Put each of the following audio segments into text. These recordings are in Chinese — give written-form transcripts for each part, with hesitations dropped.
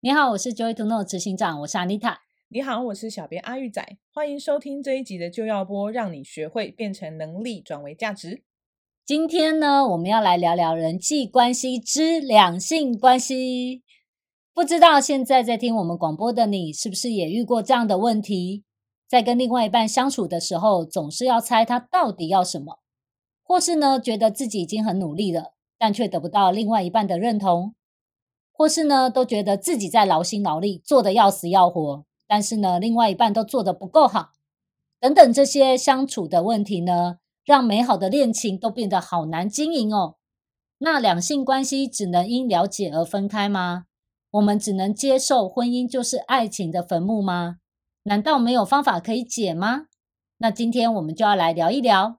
你好，我是 Joy to Know 执行长，我是 Anita。 你好，我是小编阿玉仔，欢迎收听这一集的就要播，让你学会变成能力转为价值。 今天呢，我们要来聊聊人际关系之两性关系。不知道现在在听我们广播的你，是不是也遇过这样的问题？在跟另外一半相处的时候，总是要猜他到底要什么，或是呢，觉得自己已经很努力了，但却得不到另外一半的认同，或是呢，都觉得自己在劳心劳力，做得要死要活，但是呢，另外一半都做得不够好，等等这些相处的问题呢，让美好的恋情都变得好难经营哦。那两性关系只能因了解而分开吗？我们只能接受婚姻就是爱情的坟墓吗？难道没有方法可以解吗？那今天我们就要来聊一聊。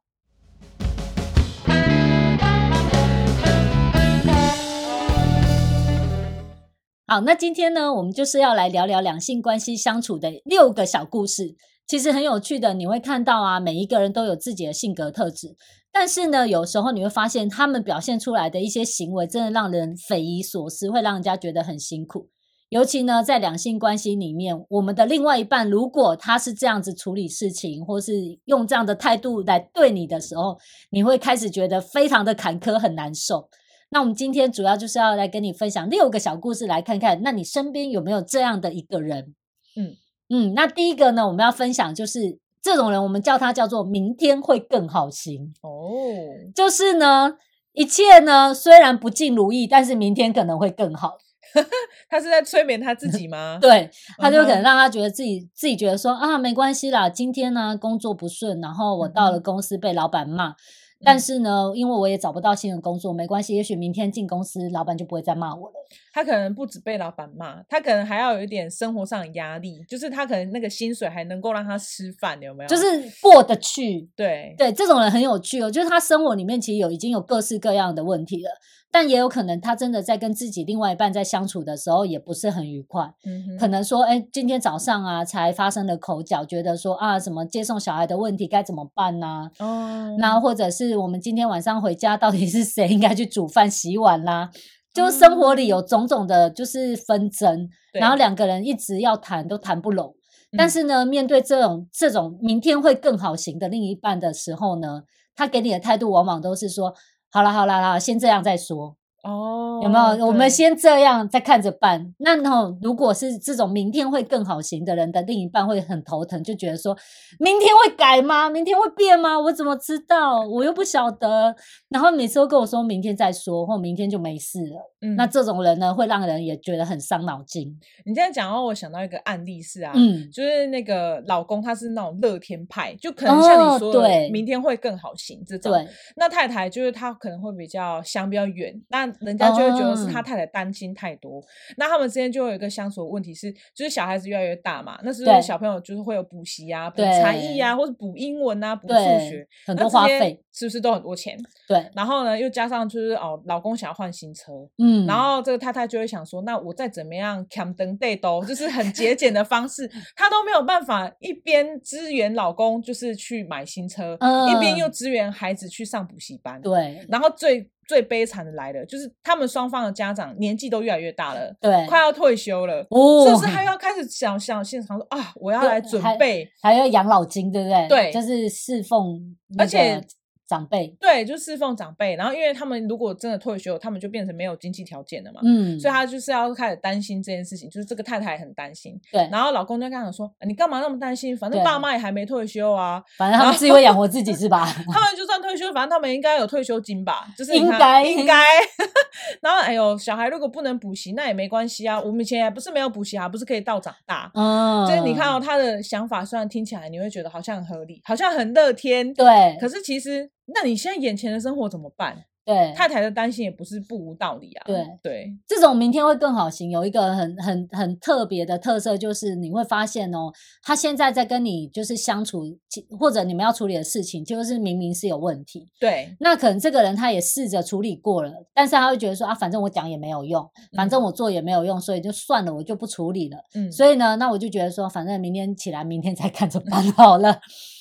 好，那今天呢，我们就是要来聊聊两性关系相处的6个小故事。其实很有趣的，你会看到啊，每一个人都有自己的性格特质，但是呢，有时候你会发现他们表现出来的一些行为真的让人匪夷所思，会让人家觉得很辛苦。尤其呢，在两性关系里面，我们的另外一半如果他是这样子处理事情，或是用这样的态度来对你的时候，你会开始觉得非常的坎坷，很难受。那我们今天主要就是要来跟你分享6个小故事，来看看那你身边有没有这样的一个人。那第一个呢，我们要分享就是这种人，我们叫他叫做明天会更好型就是呢，一切呢虽然不尽如意，但是明天可能会更好。 他是在催眠他自己吗？ 对，他就可能让他觉得自己觉得说啊，没关系啦，今天呢工作不顺，然后我到了公司被老板骂，但是呢，因为我也找不到新的工作，没关系，也许明天进公司，老板就不会再骂我了。 他可能不止被老板骂，他可能还要有一点生活上的压力，就是他可能那个薪水还能够让他吃饭，有没有？ 就是过得去。 对， 这种人很有趣哦，就是他生活里面其实已经有各式各样的问题了，但也有可能他真的在跟自己另外一半在相处的时候也不是很愉快。可能说今天早上啊才发生了口角，觉得说啊什么接送小孩的问题该怎么办啊那或者是我们今天晚上回家到底是谁应该去煮饭洗碗啦，就是生活里有种种的就是纷争，然后两个人一直要谈都谈不拢。但是呢，面对这种明天会更好型的另一半的时候呢，他给你的态度往往都是说好啦，先这样再说。有没有？我们先这样再看着办。那如果是这种明天会更好型的人的另一半会很头疼，就觉得说明天会改吗？明天会变吗？我怎么知道？我又不晓得。然后每次都跟我说明天再说，或明天就没事了。那这种人呢，会让人也觉得很伤脑筋。 你这样讲我想到一个案例是就是那个老公他是那种乐天派，就可能像你说的明天会更好型这种。那太太就是他可能会比较想比较远，那人家就会觉得是他太太担心太多。那他们之间就有一个相处的问题是，就是小孩子越来越大嘛，那时候小朋友就是会有补习啊、补才艺啊，或者补英文啊、补数学， 很多花费， 是不是都很多钱？ 对。 然后呢，又加上就是老公想要换新车，然后这个太太就会想说，那我再怎么样砍灯对都，就是很节俭的方式，她都没有办法一边支援老公就是去买新车，一边又支援孩子去上补习班。 对， 然后最悲惨的来了，就是他们双方的家长年纪都越来越大了， 对， 快要退休了，是不是还要开始想现场说啊，我要来准备， 还要养老金，对不对？ 对， 就是侍奉， 而且长辈， 对，就侍奉长辈。然后因为他们如果真的退休，他们就变成没有经济条件了嘛，所以他就是要开始担心这件事情，就是这个太太很担心。 对， 然后老公就跟他讲说，你干嘛那么担心？反正爸妈也还没退休啊， 反正他们自己会养活自己是吧？ 他们就算退休，反正他们应该有退休金吧，就是应该。 然后哎呦，小孩如果不能补习，那也没关系啊，我们以前也不是没有补习啊，不是可以到长大。就是你看他的想法虽然听起来你会觉得好像很合理，好像很乐天， 对， 可是其实那你现在眼前的生活怎么办？ 对， 太太的担心也不是不无道理啊。对， 这种明天会更好型有一个很特别的特色，就是你会发现他现在在跟你就是相处，或者你们要处理的事情，就是明明是有问题。 对， 那可能这个人他也试着处理过了，但是他会觉得说反正我讲也没有用，反正我做也没有用，所以就算了，我就不处理了。所以呢，那我就觉得说，反正明天起来，明天再看着办好了。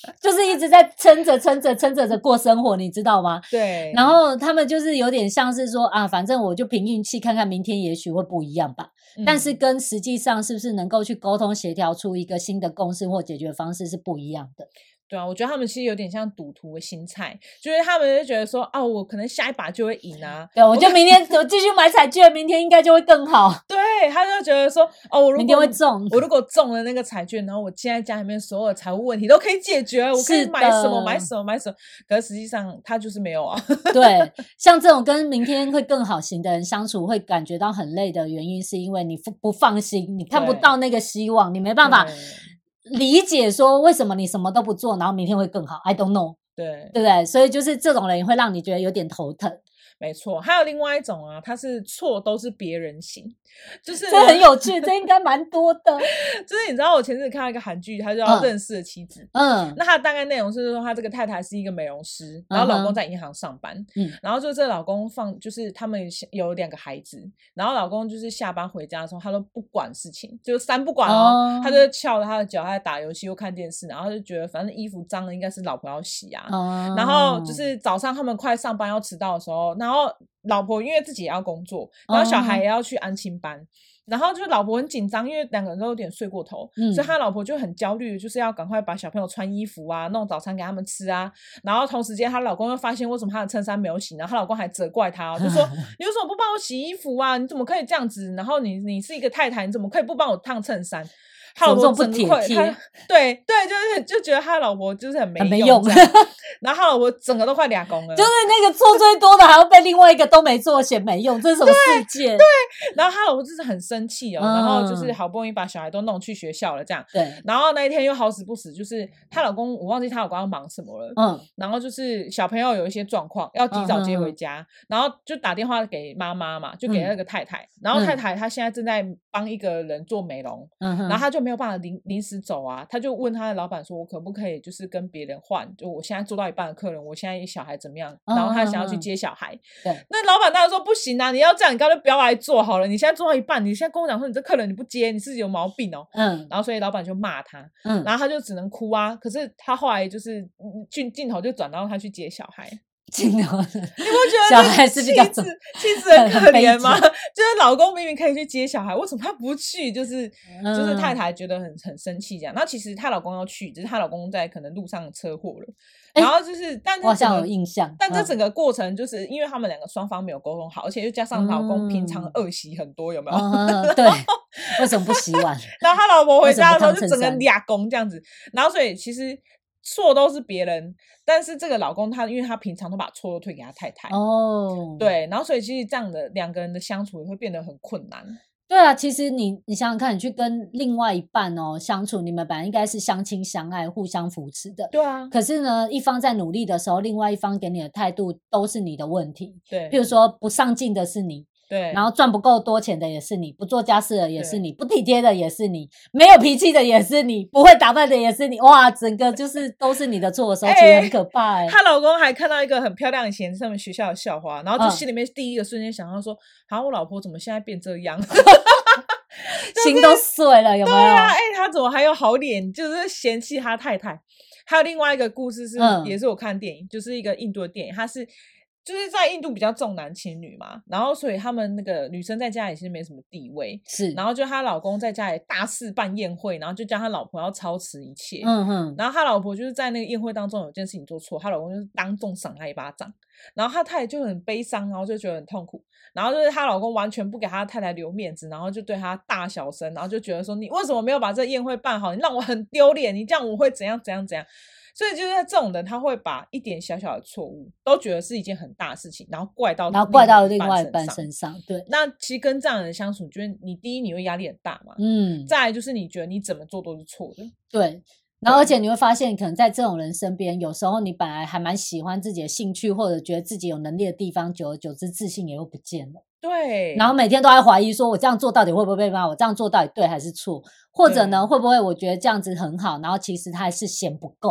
就是一直在撑着过生活，你知道吗？ 对。 然后他们就是有点像是说啊，反正我就凭运气，看看明天也许会不一样吧。但是跟实际上是不是能够去沟通协调出一个新的共识或解决方式是不一样的。 对啊，我觉得他们其实有点像赌徒的心态，就是他们就觉得说，哦，我可能下一把就会赢啊。 对，我就明天我继续买彩券，明天应该就会更好。 对，他就觉得说，哦，我明天会中。 我如果中了那个彩券，然后我现在家里面所有的财务问题都可以解决，我可以买什么买什么买什么。可是实际上他就是没有啊。 对，像这种跟明天会更好型的人相处，会感觉到很累的原因，是因为你不放心，你看不到那个希望，你没办法理解说为什么你什么都不做，然后明天会更好。I don't know。 对， 对不对？所以就是这种人也会让你觉得有点头疼。 没错，还有另外一种啊，他是错都是别人型，就是这很有趣，这应该蛮多的。 就是你知道，我前阵子看到一个韩剧，他叫《认识的妻子》。那他大概内容是说，他这个太太是一个美容师，然后老公在银行上班。然后就这老公就是他们有2个孩子，然后老公就是下班回家的时候，他都不管事情，就3不管哦，他就翘着他的脚，他在打游戏又看电视，然后就觉得反正衣服脏了应该是老婆要洗啊。然后就是早上他们快上班要迟到的时候，然后老婆因为自己也要工作，然后小孩也要去安亲班，然后就是老婆很紧张，因为2个人都有点睡过头，所以他老婆就很焦虑，就是要赶快把小朋友穿衣服啊，弄早餐给他们吃啊。然后同时间她老公又发现为什么她的衬衫没有洗，然后她老公还责怪她就说你为什么不帮我洗衣服啊，你怎么可以这样子，然后你是一个太太，你怎么可以不帮我烫衬衫。他老婆整个快，对，就觉得他老婆就是很没用，然后他老婆整个都快俩公了， 就是那个做最多的还要被另外一个都没做嫌没用，这是什么世界？ 对，然后他老婆就是很生气哦，然后就是好不容易把小孩都弄去学校了这样， 对， 然后那一天又好死不死，就是她老公我忘记她老公要忙什么了，然后就是小朋友有一些状况要提早接回家，然后就打电话给妈妈嘛，就给那个太太，然后太太她现在正在帮一个人做美容，然后她就没有办法临时走啊，他就问他的老板说，我可不可以就是跟别人换，就我现在做到一半的客人，我现在小孩怎么样，然后他想要去接小孩， 对， 那老板当然说不行啊，你要这样你干脆不要来做好了，你现在做到一半，你现在跟我讲说你这客人你不接，你是有毛病哦，然后所以老板就骂他，然后他就只能哭啊，可是他后来就是镜头就转到他去接小孩。 镜头， 你不觉得小孩是比较妻子很可怜吗？就是老公明明可以去接小孩，为什么他不去？就是太太觉得很生气这样。然后其实她老公要去，只是她老公在可能路上车祸了。然后就是，但是我好像有印象。 但这整个过程就是因为他们2个双方没有沟通好，而且又加上老公平常恶习很多，有没有？ 对，为什么不洗碗？ 然后他老婆回家的时候就整个俩公这样子，然后所以其实。错都是别人，但是这个老公因为他平常都把错都推给他太太对，然后所以其实这样的2个人的相处也会变得很困难。 对啊，其实你想想看，你去跟另外一半相处，你们本来应该是相亲相爱、互相扶持的。 对啊。 可是呢，一方在努力的时候，另外一方给你的态度都是你的问题。 对。 譬如说不上进的是你。 对， 然后赚不够多钱的也是你，不做家事的也是你，不体贴的也是你，没有脾气的也是你，不会打扮的也是你，哇，整个就是都是你的错的时候，其实很可怕。 她老公还看到一个很漂亮以前他们学校的校花，然后就心里面第一个瞬间想到说，我老婆怎么现在变这样？ 心都碎了，有没有？对啊，他怎么还有好脸？就是嫌弃他太太。还有另外一个故事是，也是我看电影，就是一个印度的电影，它是。就是在印度比较重男轻女嘛，然后所以他们那个女生在家里其实没什么地位， 是， 然后就她老公在家里大肆办宴会，然后就叫他老婆要操持一切，然后他老婆就是在那个宴会当中有件事情做错，他老公就是当众赏他一巴掌，然后他太太就很悲伤，然后就觉得很痛苦，然后就是她老公完全不给他太太留面子，然后就对他大小声，然后就觉得说你为什么没有把这个宴会办好，你让我很丢脸，你这样我会怎样怎样怎样。所以就是这种人，他会把一点小小的错误都觉得是一件很大的事情，然后怪到另外一半身上。对， 那其实跟这样的人相处，觉得你第一你会压力很大嘛，再来就是你觉得你怎么做都是错的， 对。然后而且你会发现，可能在这种人身边，有时候你本来还蛮喜欢自己的兴趣，或者觉得自己有能力的地方，久而久之自信也会不见了。 对， 然后每天都在怀疑说，我这样做到底会不会被骂？我这样做到底对还是错？或者呢，会不会我觉得这样子很好，然后其实他还是嫌不够？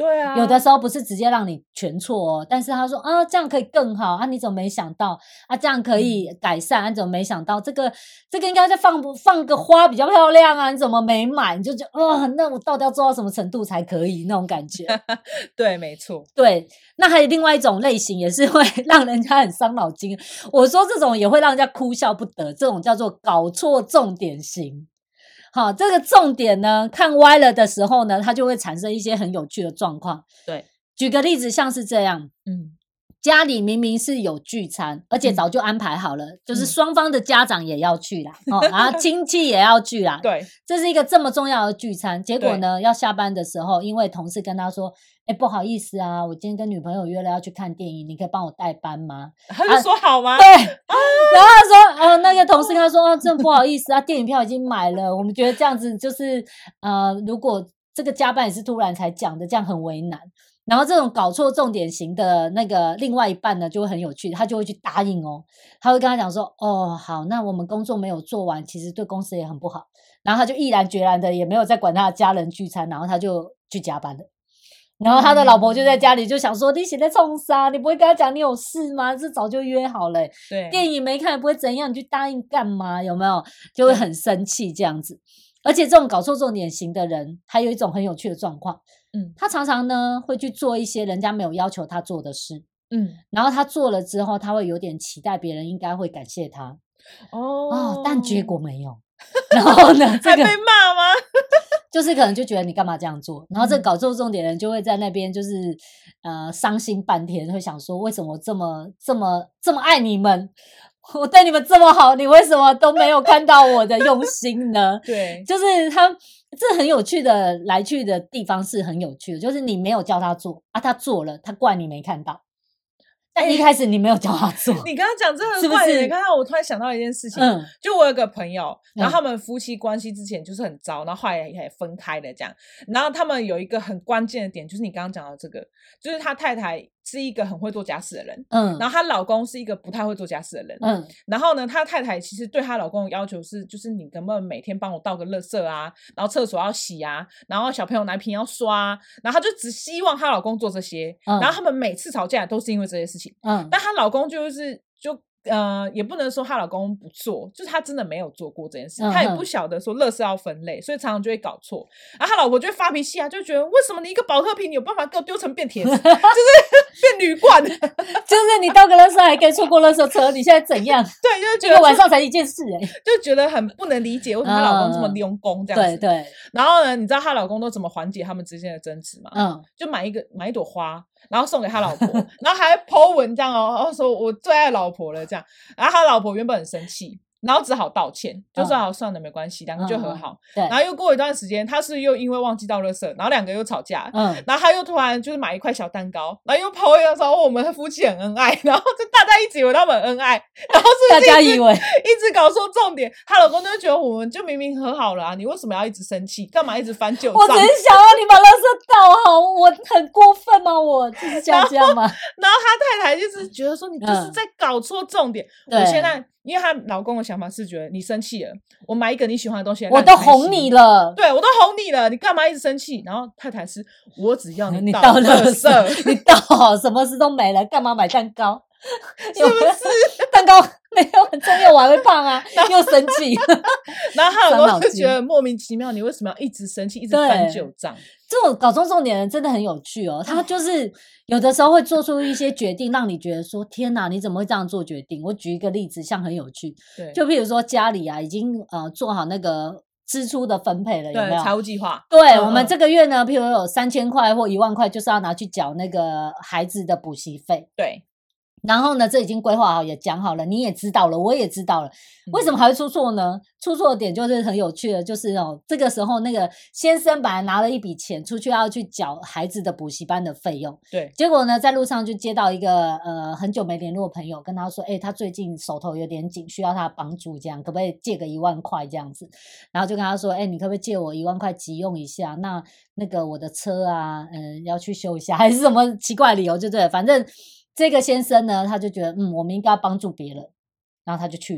对啊， 有的时候不是直接让你全错哦，但是他说啊，这样可以更好啊，你怎么没想到啊？这样可以改善啊，你怎么没想到？这个应该再放个花比较漂亮啊，你怎么没买？你就觉得那我到底要做到什么程度才可以那种感觉？ 对，没错。 对，那还有另外一种类型也是会让人家很伤脑筋。我说这种也会让人家哭笑不得，这种叫做搞错重点型。好，这个重点呢，看歪了的时候呢，它就会产生一些很有趣的状况。 对， 举个例子，像是这样，家里明明是有聚餐，而且早就安排好了，就是双方的家长也要去啦，然后亲戚也要去啦。 对， 这是一个这么重要的聚餐，结果呢，要下班的时候，因为同事跟他说，不好意思啊，我今天跟女朋友约了要去看电影，你可以帮我代班吗？ 他就说好吗？ 对，然后他说，那个同事跟他说，真的不好意思啊，电影票已经买了，我们觉得这样子就是，如果这个加班也是突然才讲的，这样很为难。然后这种搞错重点型的那个另外一半呢，就会很有趣，他就会去答应哦，他会跟他讲说，好，那我们工作没有做完，其实对公司也很不好，然后他就毅然决然的也没有再管他的家人聚餐，然后他就去加班了。然后他的老婆就在家里就想说，你现在冲啥？你不会跟他讲你有事吗？这早就约好了， 对， 电影没看也不会怎样，你去答应干嘛？有没有？就会很生气这样子。而且这种搞错重点型的人，还有一种很有趣的状况，他常常呢会去做一些人家没有要求他做的事，然后他做了之后，他会有点期待别人应该会感谢他，但结果没有。然后呢， 还被骂吗？ 就是可能就觉得你干嘛这样做，然后这个搞错重点的人就会在那边就是伤心半天，会想说为什么这么爱你们，我对你们这么好，你为什么都没有看到我的用心呢？ 对， 就是他这很有趣的来去的地方是很有趣的，就是你没有叫他做啊，他做了，他怪你没看到。但一开始你没有教他做， 你刚刚讲这个怪人，你看到我突然想到一件事情，就我有个朋友，然后他们夫妻关系之前就是很糟，然后后来也分开了这样，然后他们有一个很关键的点，就是你刚刚讲到这个，就是他太太是一个很会做家事的人，然后她老公是一个不太会做家事的人，然后呢，她太太其实对她老公的要求是，就是你能不能每天帮我倒个垃圾啊，然后厕所要洗啊，然后小朋友奶瓶要刷啊，然后她就只希望她老公做这些，然后他们每次吵架都是因为这些事情，但她老公也不能说她老公不做，就是他真的没有做过这件事，他也不晓得说垃圾要分类，所以常常就会搞错，然后他老婆就会发脾气啊，就觉得为什么你一个保特瓶你有办法给我丢成变铁子，就是变铝罐， 就是你倒个垃圾还可以错过垃圾车，你现在怎样？ 对，就觉得晚上才一件事就觉得很不能理解为什么她老公这么用功这样子， 对， 然后呢，你知道她老公都怎么缓解他们之间的争执吗？就买一朵花，然后送给他老婆，然后还 po 文这样然后说我最爱老婆了这样，然后他老婆原本很生气，然后只好道歉，就说好算了没关系，两个就和好。然后又过一段时间，他是又因为忘记倒垃圾，然后两个又吵架，然后他又突然就是买一块小蛋糕，然后又 po 一个说我们夫妻很恩爱，然后就大家一直以为他们很恩爱，然后是大家以为一直搞错重点，她老公就觉得我们就明明和好了你为什么要一直生气，干嘛一直翻旧账？ 我只是想要你把垃圾倒好，我很过分吗？我就是这样吗？ 然后他太太就是觉得说你就是在搞错重点，我现在因为她老公的想法是觉得你生气了，我买一个你喜欢的东西， 我都哄你了， 对我都哄你了，你干嘛一直生气？然后太太是我只要你倒垃圾，你倒好，什么事都没了，干嘛买蛋糕？ 是不是蛋糕没有很重要，我还会胖啊，又生气。 然后她老公就觉得莫名其妙，你为什么要一直生气，一直翻旧账？ 这种搞错重点的人真的很有趣哦，他就是有的时候会做出一些决定，让你觉得说天哪，你怎么会这样做决定？我举一个例子，像很有趣，就譬如说家里已经做好那个支出的分配了，有没有？ 财务计划。 对，我们这个月呢，譬如有3000块或1万块，就是要拿去缴那个孩子的补习费。 对。 然后呢，这已经规划好，也讲好了，你也知道了，我也知道了，为什么还会出错呢？出错的点就是很有趣的，就是这个时候那个先生本来拿了一笔钱出去要去缴孩子的补习班的费用， 对， 结果呢，在路上就接到一个很久没联络的朋友跟他说，他最近手头有点紧，需要他帮助，这样可不可以借个1万块这样子？然后就跟他说，你可不可以借我1万块急用一下？那个我的车啊，要去修一下，还是什么奇怪的理由，就对了，反正。这个先生呢，他就觉得我们应该要帮助别人，然后他就去了。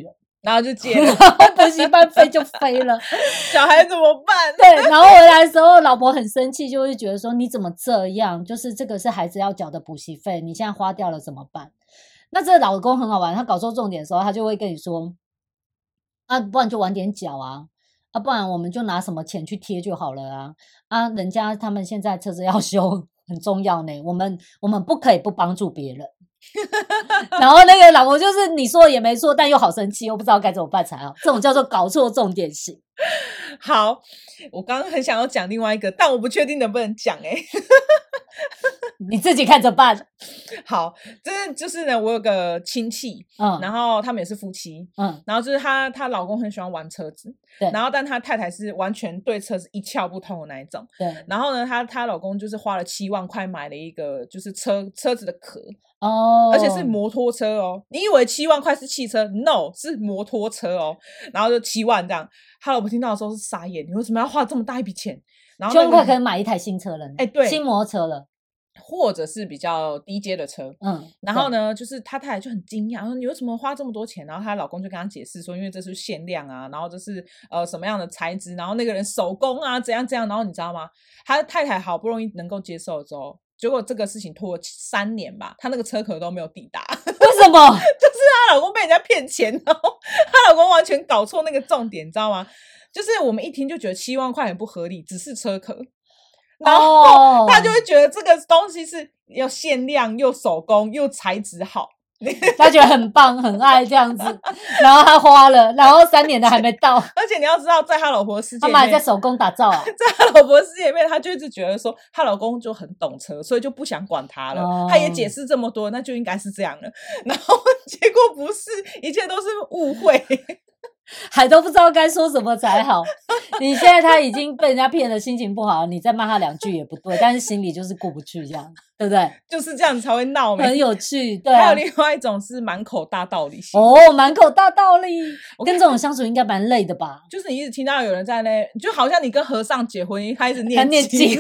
然后就戒了， 然后补习班飞就飞了， 小孩怎么办？ 对，然后回来的时候，老婆很生气，就会觉得说你怎么这样？就是这个是孩子要缴的补习费，你现在花掉了怎么办？那这个老公很好玩，他搞错重点的时候，他就会跟你说，啊，不然就晚点缴啊，啊，不然我们就拿什么钱去贴就好了啊，啊，人家他们现在车子要修很重要呢，我们不可以不帮助别人。然后那个老婆就是你说的也没错，但又好生气，又不知道该怎么办才好，这种叫做搞错重点型。 好，我刚刚很想要讲另外一个，但我不确定能不能讲你自己看着办。 好，这就是呢，我有个亲戚，然后他们也是夫妻，然后就是她老公很喜欢玩车子， 对， 然后但他太太是完全对车子一窍不通的那一种， 对， 然后呢，她老公就是花了7万块买了一个就是车子的壳，而且是摩托车哦，你以为7万块是汽车 ？No， 是摩托车哦，然后就7万这样，他老婆听到的时候是傻眼，你为什么要花这么大一笔钱？然后7万块可以买一台新车了， 对， 新摩托车了。 或者是比较低阶的车，然后呢，就是他太太就很惊讶，说你为什么花这么多钱？然后她老公就跟她解释说，因为这是限量啊，然后这是什么样的材质，然后那个人手工啊，怎样怎样，然后你知道吗？他太太好不容易能够接受之后，结果这个事情拖了3年吧，他那个车壳都没有抵达。 为什么？ 就是她老公被人家骗钱，然后她老公完全搞错那个重点，你知道吗？就是我们一听就觉得7万块很不合理，只是车壳。然后他就会觉得这个东西是要限量又手工又材质好， 他觉得很棒很爱这样子，然后他花了，然后3年的还没到。 而且你要知道在他老婆的世界里面， 他们还在手工打造啊， 在他老婆的世界里面，他就一直觉得说他老公就很懂车，所以就不想管他了，他也解释这么多，那就应该是这样了，然后结果不是，一切都是误会。 还都不知道该说什么才好。你现在他已经被人家骗了，心情不好，你再骂他2句也不对，但是心里就是过不去，这样对不对？ 就是这样才会闹， 很有趣。对还有另外一种是满口大道理型。 满口大道理，跟这种相处应该蛮累的吧？ 就是你一直听到有人在那，就好像你跟和尚结婚，开始念经。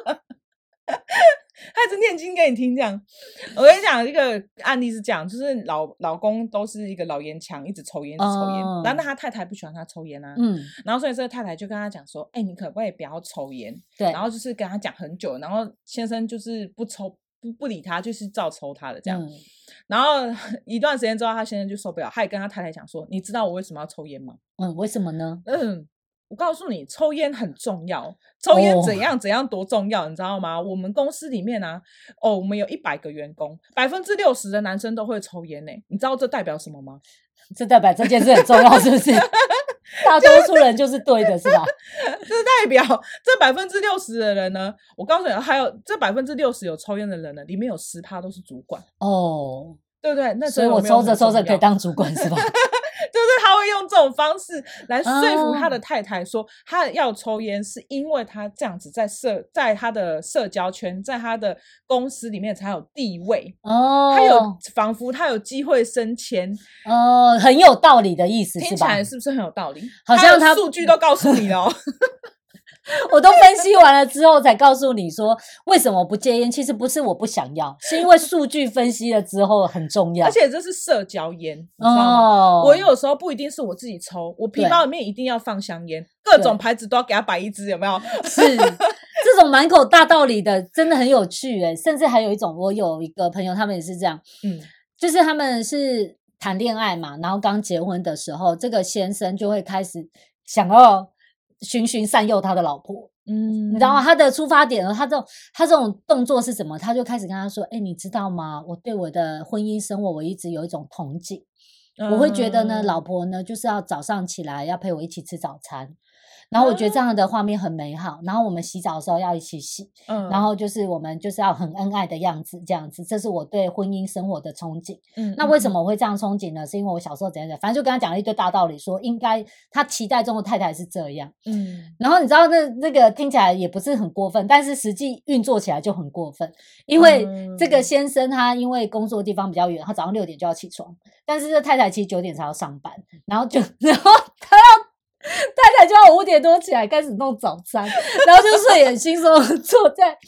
他一直念经给你听，这样。我跟你讲一个案例是这样，就是老公都是一个老烟枪，一直抽烟，然后他太太不喜欢他抽烟啊，然后所以这个太太就跟他讲说，你可不可以不要抽烟？对，然后就是跟他讲很久，然后先生就是不抽，不理他，就是照抽他的这样。然后一段时间之后，他先生就受不了，他也跟他太太讲说，你知道我为什么要抽烟吗？ 为什么呢？ 我告诉你，抽烟很重要，抽烟怎样怎样多重要，你知道吗？我们公司里面啊，我们有100个员工，60%的男生都会抽烟欸，你知道这代表什么吗？ 这代表这件事很重要，是不是？大多数人就是对的，是吧？ 这代表这60%的人呢，我告诉你，还有这60%有抽烟的人呢，里面有10%都是主管对不对？那所以我抽着抽着可以当主管，是吧？ 就是他会用这种方式来说服他的太太说他要抽烟是因为他这样子在他的社交圈，在他的公司里面才有地位他有仿佛他有机会升迁很有道理的意思， 听起来是不是很有道理？ 好像他数据都告诉你了我都分析完了之后才告诉你说为什么不戒烟，其实不是我不想要，是因为数据分析了之后很重要， 而且这是社交烟，你知道吗？我有时候不一定是我自己抽，我皮包里面一定要放香烟，各种牌子都要给他摆一支，有没有？ 是这种满口大道理的真的很有趣甚至还有一种，我有一个朋友他们也是这样就是他们是谈恋爱嘛，然后刚结婚的时候，这个先生就会开始想要循循善诱他的老婆你知道吗？他的出发点他这种动作是什么？他就开始跟他说你知道吗？我对我的婚姻生活我一直有一种憧憬我会觉得呢老婆呢就是要早上起来要陪我一起吃早餐，然后我觉得这样的画面很美好然后我们洗澡的时候要一起洗然后就是我们就是要很恩爱的样子，这样子，这是我对婚姻生活的憧憬那为什么我会这样憧憬呢？是因为我小时候怎样讲，反正就跟他讲了一堆大道理，说应该他期待中的太太是这样然后你知道那个听起来也不是很过分，但是实际运作起来就很过分，因为这个先生他因为工作的地方比较远，他早上6点就要起床，但是这太太其实9点才要上班，然后太太就要5点多起来开始弄早餐然后就睡眼惺忪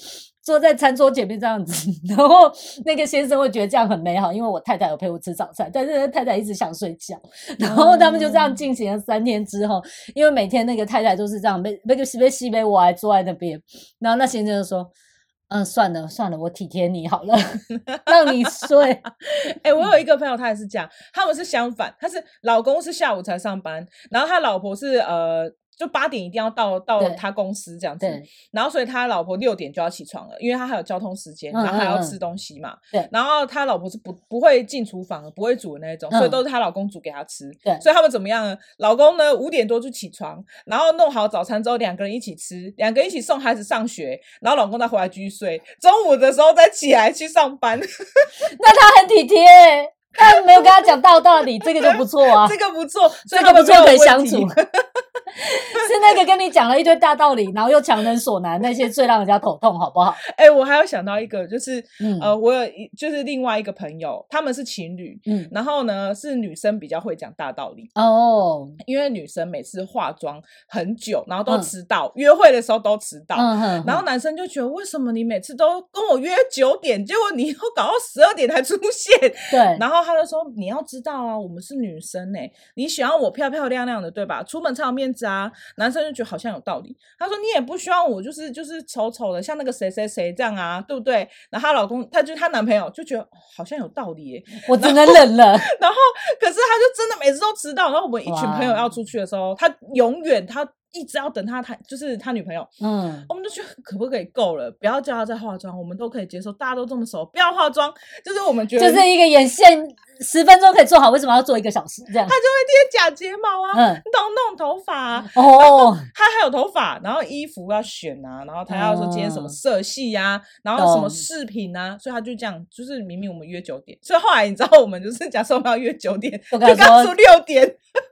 坐在餐桌前面这样子，然后那个先生会觉得这样很美好，因为我太太有陪我吃早餐，但是太太一直想睡觉，然后他们就这样进行了3天之后，因为每天那个太太都是这样被西被我还坐在那边，然后那先生就说算了，我体贴你好了，让你睡。 我有一个朋友，他也是这样，他们是相反，他是老公是下午才上班，然后他老婆是就8点一定要到他公司这样子，然后所以他老婆6点就要起床了，因为他还有交通时间，然后还要吃东西嘛。 对， 然后他老婆是不会进厨房的，不会煮的那种，所以都是他老公煮给他吃。对，所以他们怎么样呢？老公呢5点多就起床，然后弄好早餐之后2个人一起吃，2个人一起送孩子上学，然后老公再回来继续睡，中午的时候再起来去上班。 那他很体贴。他没有跟他讲道理，这个就不错啊， 这个不错， 这个不错，可以相处。是那个跟你讲了一堆大道理，然后又强人所难，那些最让人家头痛，好不好？ 我还有想到一个，就是我有就是另外一个朋友，他们是情侣，然后呢是女生比较会讲大道理哦，因为女生每次化妆很久，然后都迟到，约会的时候都迟到，然后男生就觉得为什么你每次都跟我约9点，结果你又搞到12点才出现？对，然后他就说你要知道啊，我们是女生你喜欢我漂漂亮亮的对吧？出门才有面子啊。男生就觉得好像有道理，他说你也不希望我就是丑丑的像那个谁谁谁这样啊，对不对？然后她老公她男朋友就觉得好像有道理耶， 我只能忍了。 然后可是他就真的每次都迟到，然后我们一群朋友要出去的时候，他永远一直要等他就是他女朋友，我们就觉得可不可以够了，不要叫他再化妆，我们都可以接受，大家都这么熟，不要化妆，就是我们觉得就是一个眼线10分钟可以做好，为什么要做1个小时这样？ 他就会贴假睫毛啊，弄头发啊，他还有头发，然后衣服要选啊，然后他要说今天什么色系啊，然后什么饰品啊，所以他就这样，就是明明我们约9点，所以后来你知道我们就是假设我们要约9点，就刚说6点。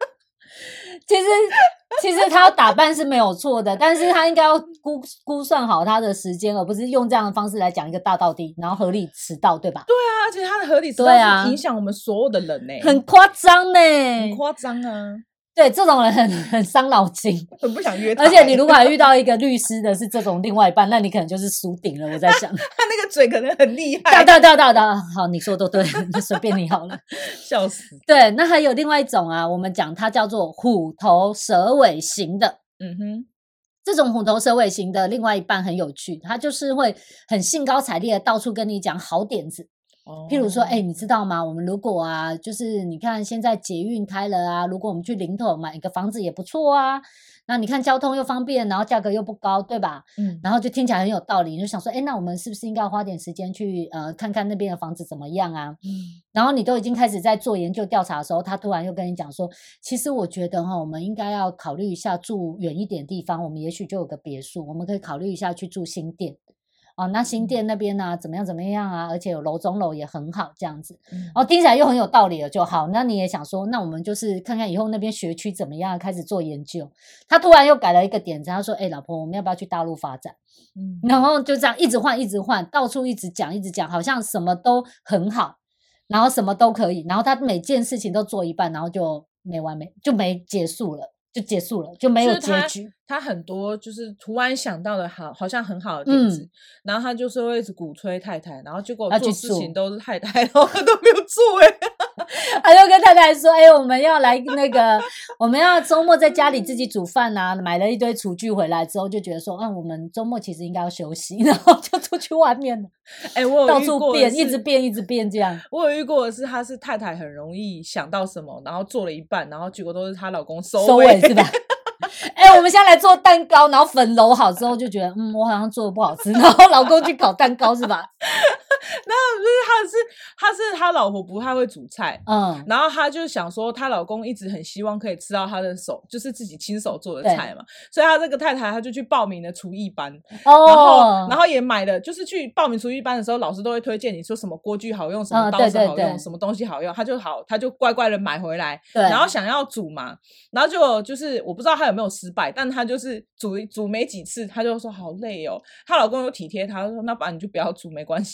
其实他要打扮是没有错的，但是他应该要估算好他的时间，而不是用这样的方式来讲一个大道理，然后合理迟到，对吧？ 对啊，而且他的合理迟到是影响我们所有的人很夸张很夸张啊。 对，这种人很伤脑筋， 很不想约他。 而且你如果还遇到一个律师的是这种另外一半，那你可能就是输顶了。我在想， 他那个嘴可能很厉害。 好，你说都对，随便你好了， 笑死。 对，那还有另外一种啊，我们讲它叫做虎头蛇尾型的。这种虎头蛇尾型的另外一半很有趣，他就是会很兴高采烈的到处跟你讲好点子。譬如说你知道吗，我们如果啊就是你看现在捷运开了啊，如果我们去林口买一个房子也不错啊，那你看交通又方便，然后价格又不高，对吧？然后就听起来很有道理，你就想说那我们是不是应该要花点时间去看看那边的房子怎么样啊？然后你都已经开始在做研究调查的时候，他突然又跟你讲说，其实我觉得我们应该要考虑一下住远一点地方，我们也许就有个别墅，我们可以考虑一下去住新店。那新店那边啊怎么样啊，而且有楼中楼也很好这样子，听起来又很有道理了就好。那你也想说，那我们就是看看以后那边学区怎么样，开始做研究。他突然又改了一个点子，他说老婆我们要不要去大陆发展？然后就这样一直换，到处一直讲，好像什么都很好，然后什么都可以，然后他每件事情都做一半，然后就没结束了，就没有结局。 他很多就是突然想到的好像很好的点子，然后他就是会一直鼓吹太太，然后结果做事情都是太太，然后他都没有做他就跟太太说我们要来我们要周末在家里自己煮饭啊，买了一堆厨具回来之后就觉得说我们周末其实应该要休息，然后就出去外面了。 我有到处变，一直变这样。 我有遇过的是，他是太太很容易想到什么，然后做了一半，然后结果都是她老公收尾是吧？我们现在来做蛋糕，然后粉揉好之后就觉得我好像做的不好吃，然后老公去烤蛋糕是吧？ 那就是他是他老婆不太会煮菜，然后他就想说他老公一直很希望可以吃到他的手，就是自己亲手做的菜嘛，所以他这个太太他就去报名了厨艺班，然后也买了，就是去报名厨艺班的时候，老师都会推荐你说什么锅具好用，什么刀子好用，什么东西好用，他就乖乖的买回来，然后想要煮嘛，然后就是我不知道他有没有失败，但他就是煮没几次，他就说好累哦，她老公又体贴他，说那不然你就不要煮没关系。然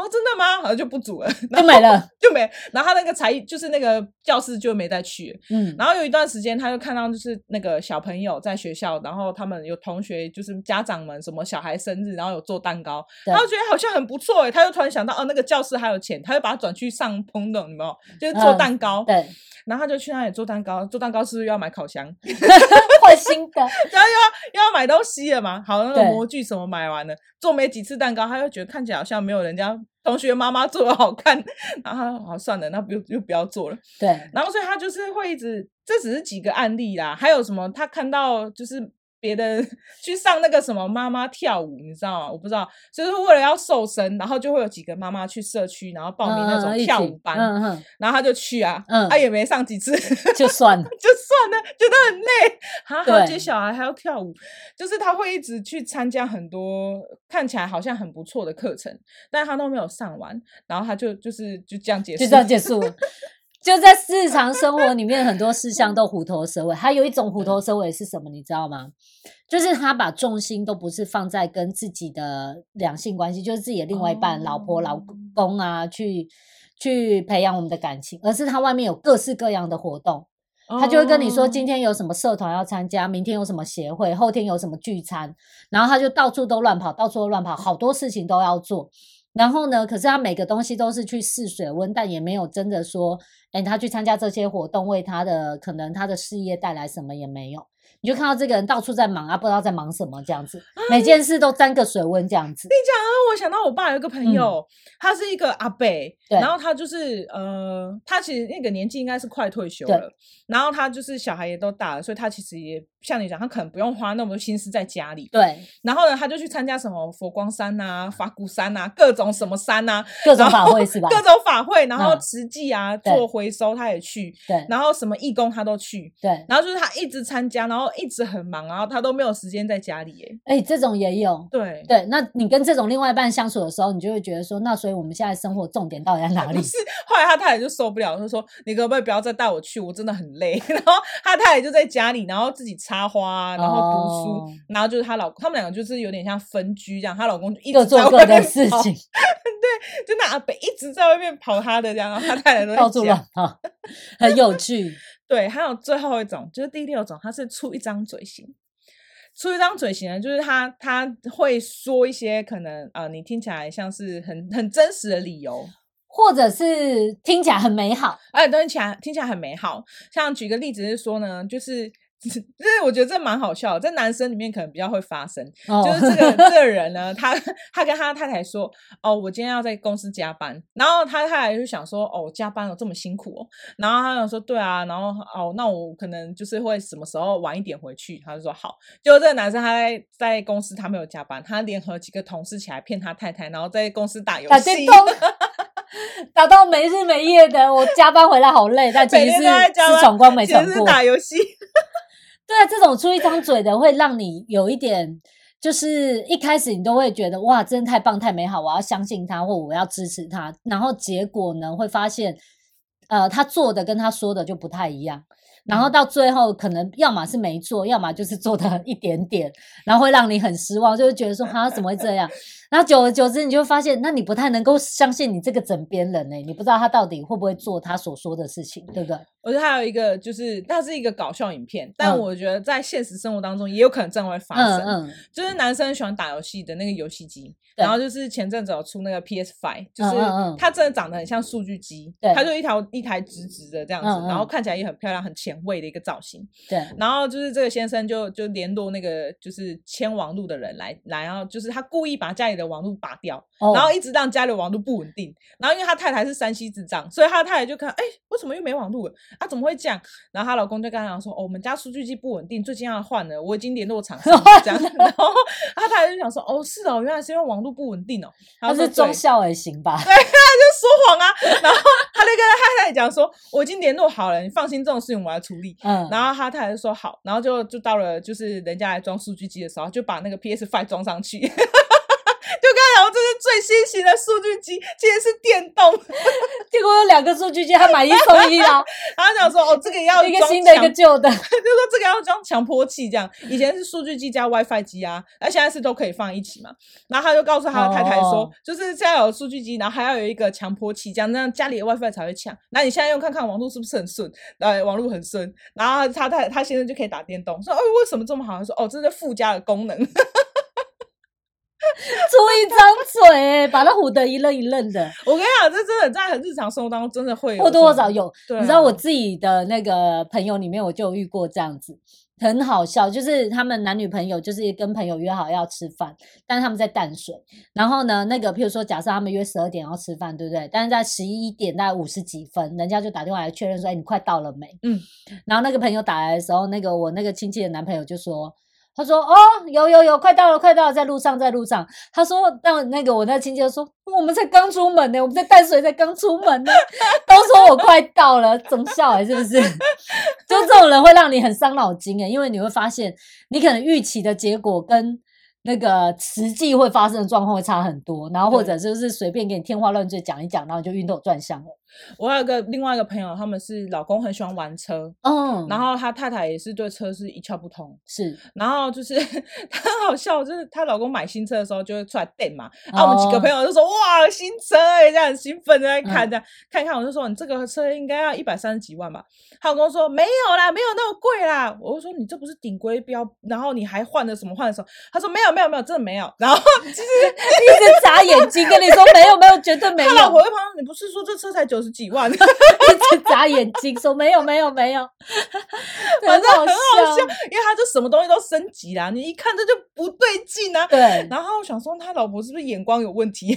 哦真的吗？然后就不煮了， 就没了就没。然后他那个才艺就是那个教室就没再去了。然后有一段时间他就看到就是那个小朋友在学校，然后他们有同学就是家长们什么小孩生日，然后有做蛋糕，他就觉得好像很不错他就突然想到那个教室还有钱，他就把它转去上烹饪，有没有？就是做蛋糕。 对。 然后他就去那里做蛋糕，做蛋糕是不是要买烤箱？ 换新的， 然后又要买东西了嘛。好，那个模具什么买完了，做没几次蛋糕，他就觉得看起来好像没有人家同学妈妈做的好看，然后他好算了，那就不要做了。 对， 然后所以他就是会一直，这只是几个案例啦，还有什么他看到就是别的去上那个什么妈妈跳舞，你知道吗？我不知道，就是为了要瘦身，然后就会有几个妈妈去社区，然后报名那种跳舞班，然后他就去啊，也没上几次， 就算了， 觉得很累，还要接小孩还要跳舞，就是他会一直去参加很多看起来好像很不错的课程，但他都没有上完，然后他就这样结束， 就这样结束了。就在日常生活里面很多事项都虎头蛇尾，还有一种虎头蛇尾是什么你知道吗？就是他把重心都不是放在跟自己的两性关系，就是自己的另外一半老婆老公啊去培养我们的感情，而是他外面有各式各样的活动，他就会跟你说今天有什么社团要参加，明天有什么协会，后天有什么聚餐，然后他就到处都乱跑，好多事情都要做。然后呢，可是他每个东西都是去试水温，但也没有真的说他去参加这些活动为他的可能他的事业带来什么也没有，你就看到这个人到处在忙不知道在忙什么这样子，每件事都沾个水温这样子。 你讲我想到我爸有一个朋友，他是一个阿伯，然后他就是他其实那个年纪应该是快退休了，然后他就是小孩也都大了，所以他其实也像你讲，他可能不用花那么多心思在家里。 对。 然后呢，他就去参加什么佛光山啊、法鼓山啊，各种什么山啊， 各种法会是吧？ 各种法会，然后慈济啊，做回收他也去， 对。 然后什么义工他都去， 对。 然后就是他一直参加，然后一直很忙，然后他都没有时间在家里这种也有。 对对，那你跟这种另外一半相处的时候，你就会觉得说，那所以我们现在生活重点到底在哪里？ 不是，后来他太太就受不了，就说你可不可以不要再带我去，我真的很累。然后他太太就在家里，然后自己插花，然后读书，然后就是他们两个就是有点像分居这样，她老公就一直在外面跑，各做各的事情。对，就那阿北一直在外面跑他的这样，然后他太太都在到处乱跑，很有趣。 对，还有最后一种就是第6种，他是出一张嘴型。出一张嘴型呢，就是他会说一些可能你听起来像是很真实的理由， 或者是听起来很美好， 听起来很美好。像举个例子是说呢，就是我觉得这蛮好笑的，在男生里面可能比较会发生，就是这个人呢，他跟他太太说，我今天要在公司加班，然后他太太就想说，加班有这么辛苦然后他想说，对啊，然后那我可能就是会什么时候晚一点回去，他就说好。结果这个男生他在公司他没有加班，他联合几个同事起来骗他太太，然后在公司打游戏。 打到没日没夜的，我加班回来好累，但其实是闯关没闯过， 其实是打游戏。 对啊，这种出一张嘴的会让你有一点，就是一开始你都会觉得哇，真的太棒太美好，我要相信他或我要支持他，然后结果呢会发现他做的跟他说的就不太一样，然后到最后可能要么是没做，要么就是做的一点点，然后会让你很失望，就会觉得说怎么会这样。然后久而久之你就会发现，那你不太能够相信你这个枕边人你不知道他到底会不会做他所说的事情，对不对？ 我觉得还有一个就是它是一个搞笑影片，但我觉得在现实生活当中也有可能真的会发生。就是男生喜欢打游戏的那个游戏机，然后就是前阵子有出那个 PS5， 就是它真的长得很像数据机，它就一台直直的这样子，然后看起来也很漂亮很前卫的一个造型。 对， 然后就是这个先生就联络那个就是牵网路的人来，然后就是他故意把家里的网路拔掉，然后一直让家里的网路不稳定。然后因为他太太是3C智障，所以他太太就看为什么又没网路了怎么会这样？然后她老公就跟他讲说，我们家数据机不稳定，最近要换了，我已经联络厂商这样。然后他太太就想说，是原来是因为网路不稳定他是忠孝也行吧？ 对，他就说谎然后他就跟他太太讲说，我已经联络好了，你放心，这种事情我来处理。然后他太太就说好，然后就到了就是人家来装数据机的时候，就把那个 PS5 装上去。就跟他讲这是最新型的数据机，竟然是电动， 结果有2个数据机，他买1送1啊。 然后讲说这个要一个新的一个旧的，就说这个要装强迫器这样，以前是数据机加 WiFi 机啊，那现在是都可以放一起嘛。然后他就告诉他的太太说，就是现在有数据机，然后还要有一个强迫器，这样那样家里的 WiFi 才会强。那你现在用看看网络是不是很顺？网络很顺，然后他先生就可以打电动，说为什么这么好？他说这是附加的功能。 出一张嘴，把他唬得一愣一愣的。 我跟你讲，这真的在日常生活当中真的会有或多或少有。 对你知道我自己的那个朋友里面，我就有遇过这样子，很好笑。就是他们男女朋友就是跟朋友约好要吃饭，但是他们在淡水。然后呢，那个譬如说，假设他们约12点要吃饭，对不对？但是在11点大概50几分，人家就打电话来确认说：“你快到了没？”然后那个朋友打来的时候，我那个亲戚的男朋友就说。他说有快到了在路上他说但那个我那亲戚就说我们才刚出门呢，我们在淡水才刚出门呢，都说我快到了，总笑是不是？就这种人会让你很伤脑筋因为你会发现你可能预期的结果跟那个实际会发生的状况会差很多，然后或者就是随便给你天花乱坠讲一讲，然后就晕头转向了。 我还有另外一个朋友，他们是老公很喜欢玩车，然后他太太也是对车是一窍不通， 是， 然后就是他很好笑，就是她老公买新车的时候就会出来电嘛，我们几个朋友就说哇新车这样很兴奋在看这样看一看，我就说你这个车应该要130几万吧，他老公说没有啦，没有那么贵啦，我就说你这不是顶规标，然后你还换了什么，他说没有真的没有，然后其实一直眨眼睛跟你说没有绝对没有， 他老婆在旁边你不是说这车才90几万，一直眨眼睛说没有，反正很好笑，因为他就什么东西都升级啦，你一看这就不对劲啊。 对， 然后我想说他老婆是不是眼光有问题？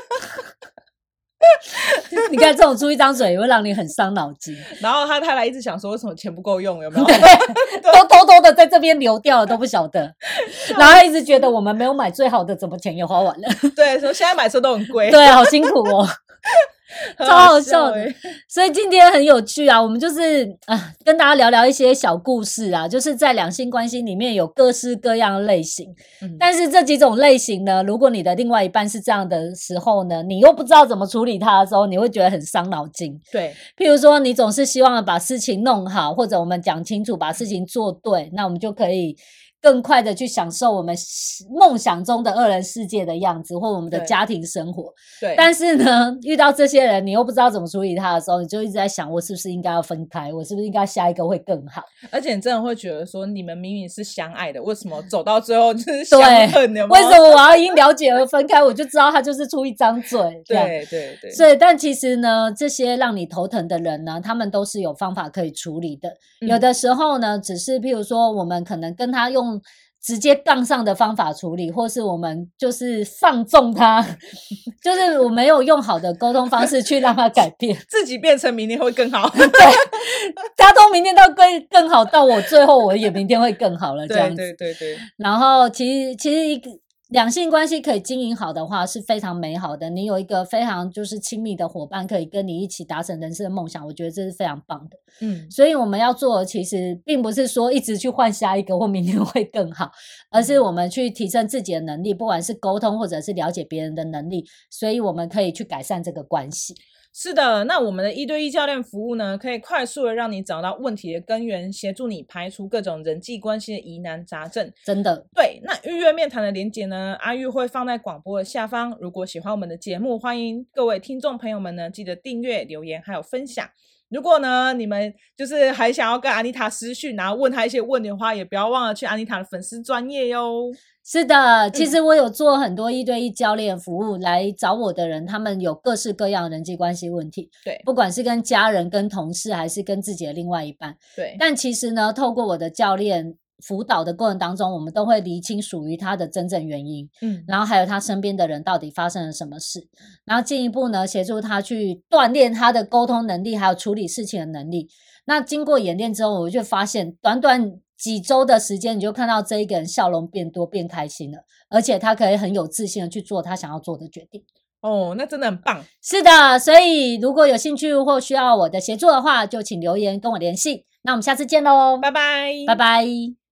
你看这种出一张嘴也会让你很伤脑筋。 然后他太太一直想说为什么钱不够用，有没有？ 都偷偷的在这边流掉了都不晓得，然后他一直觉得我们没有买最好的，怎么钱也花完了？ 对，说现在买车都很贵， 对，好辛苦哦。超好笑的，所以今天很有趣啊！我们就是跟大家聊聊一些小故事啊，就是在两性关系里面有各式各样的类型，但是这几种类型呢，如果你的另外一半是这样的时候呢，你又不知道怎么处理他的时候，你会觉得很伤脑筋。 对， 譬如说你总是希望把事情弄好，或者我们讲清楚，把事情做对，那我们就可以更快的去享受我们梦想中的2人世界的样子，或我们的家庭生活。 对， 但是呢，遇到这些人，你又不知道怎么处理他的时候，你就一直在想，我是不是应该要分开？我是不是应该下一个会更好？ 而且你真的会觉得说，你们明明是相爱的，为什么走到最后就是相恨？ 为什么我要因了解而分开？我就知道他就是出一张嘴。 对。 所以，但其实呢，这些让你头疼的人呢，他们都是有方法可以处理的。有的时候呢，只是譬如说，我们可能跟他用直接杠上的方法处理，或是我们就是放纵他，就是我没有用好的沟通方式去让他改变， 自己变成明天会更好。 对，他都明天到更好，到我最后我也明天会更好了，这样子。 对。 然后其实两性关系可以经营好的话是非常美好的，你有一个非常就是亲密的伙伴可以跟你一起达成人生的梦想，我觉得这是非常棒的。所以我们要做的其实并不是说一直去换下一个或明天会更好，而是我们去提升自己的能力，不管是沟通或者是了解别人的能力，所以我们可以去改善这个关系。 是的，那我们的1对1教练服务呢，可以快速的让你找到问题的根源，协助你排除各种人际关系的疑难杂症。 真的， 对，那预约面谈的连结呢，阿玉会放在广播的下方。如果喜欢我们的节目，欢迎各位听众朋友们呢，记得订阅、留言还有分享。如果呢，你们就是还想要跟安妮塔私讯，然后问她一些问题的话，也不要忘了去安妮塔的粉丝专页哟。 是的，其实我有做很多1对1教练服务，来找我的人，他们有各式各样的人际关系问题， 对， 不管是跟家人、跟同事，还是跟自己的另外一半， 对。 但其实呢，透过我的教练辅导的过程当中，我们都会厘清属于他的真正原因，然后还有他身边的人到底发生了什么事，然后进一步呢，协助他去锻炼他的沟通能力，还有处理事情的能力。那经过演练之后，我就发现短短几周的时间，你就看到这一个人笑容变多，变开心了，而且他可以很有自信的去做他想要做的决定。 那真的很棒。 是的，所以如果有兴趣或需要我的协助的话，就请留言跟我联系。那我们下次见咯， 拜拜。 拜拜。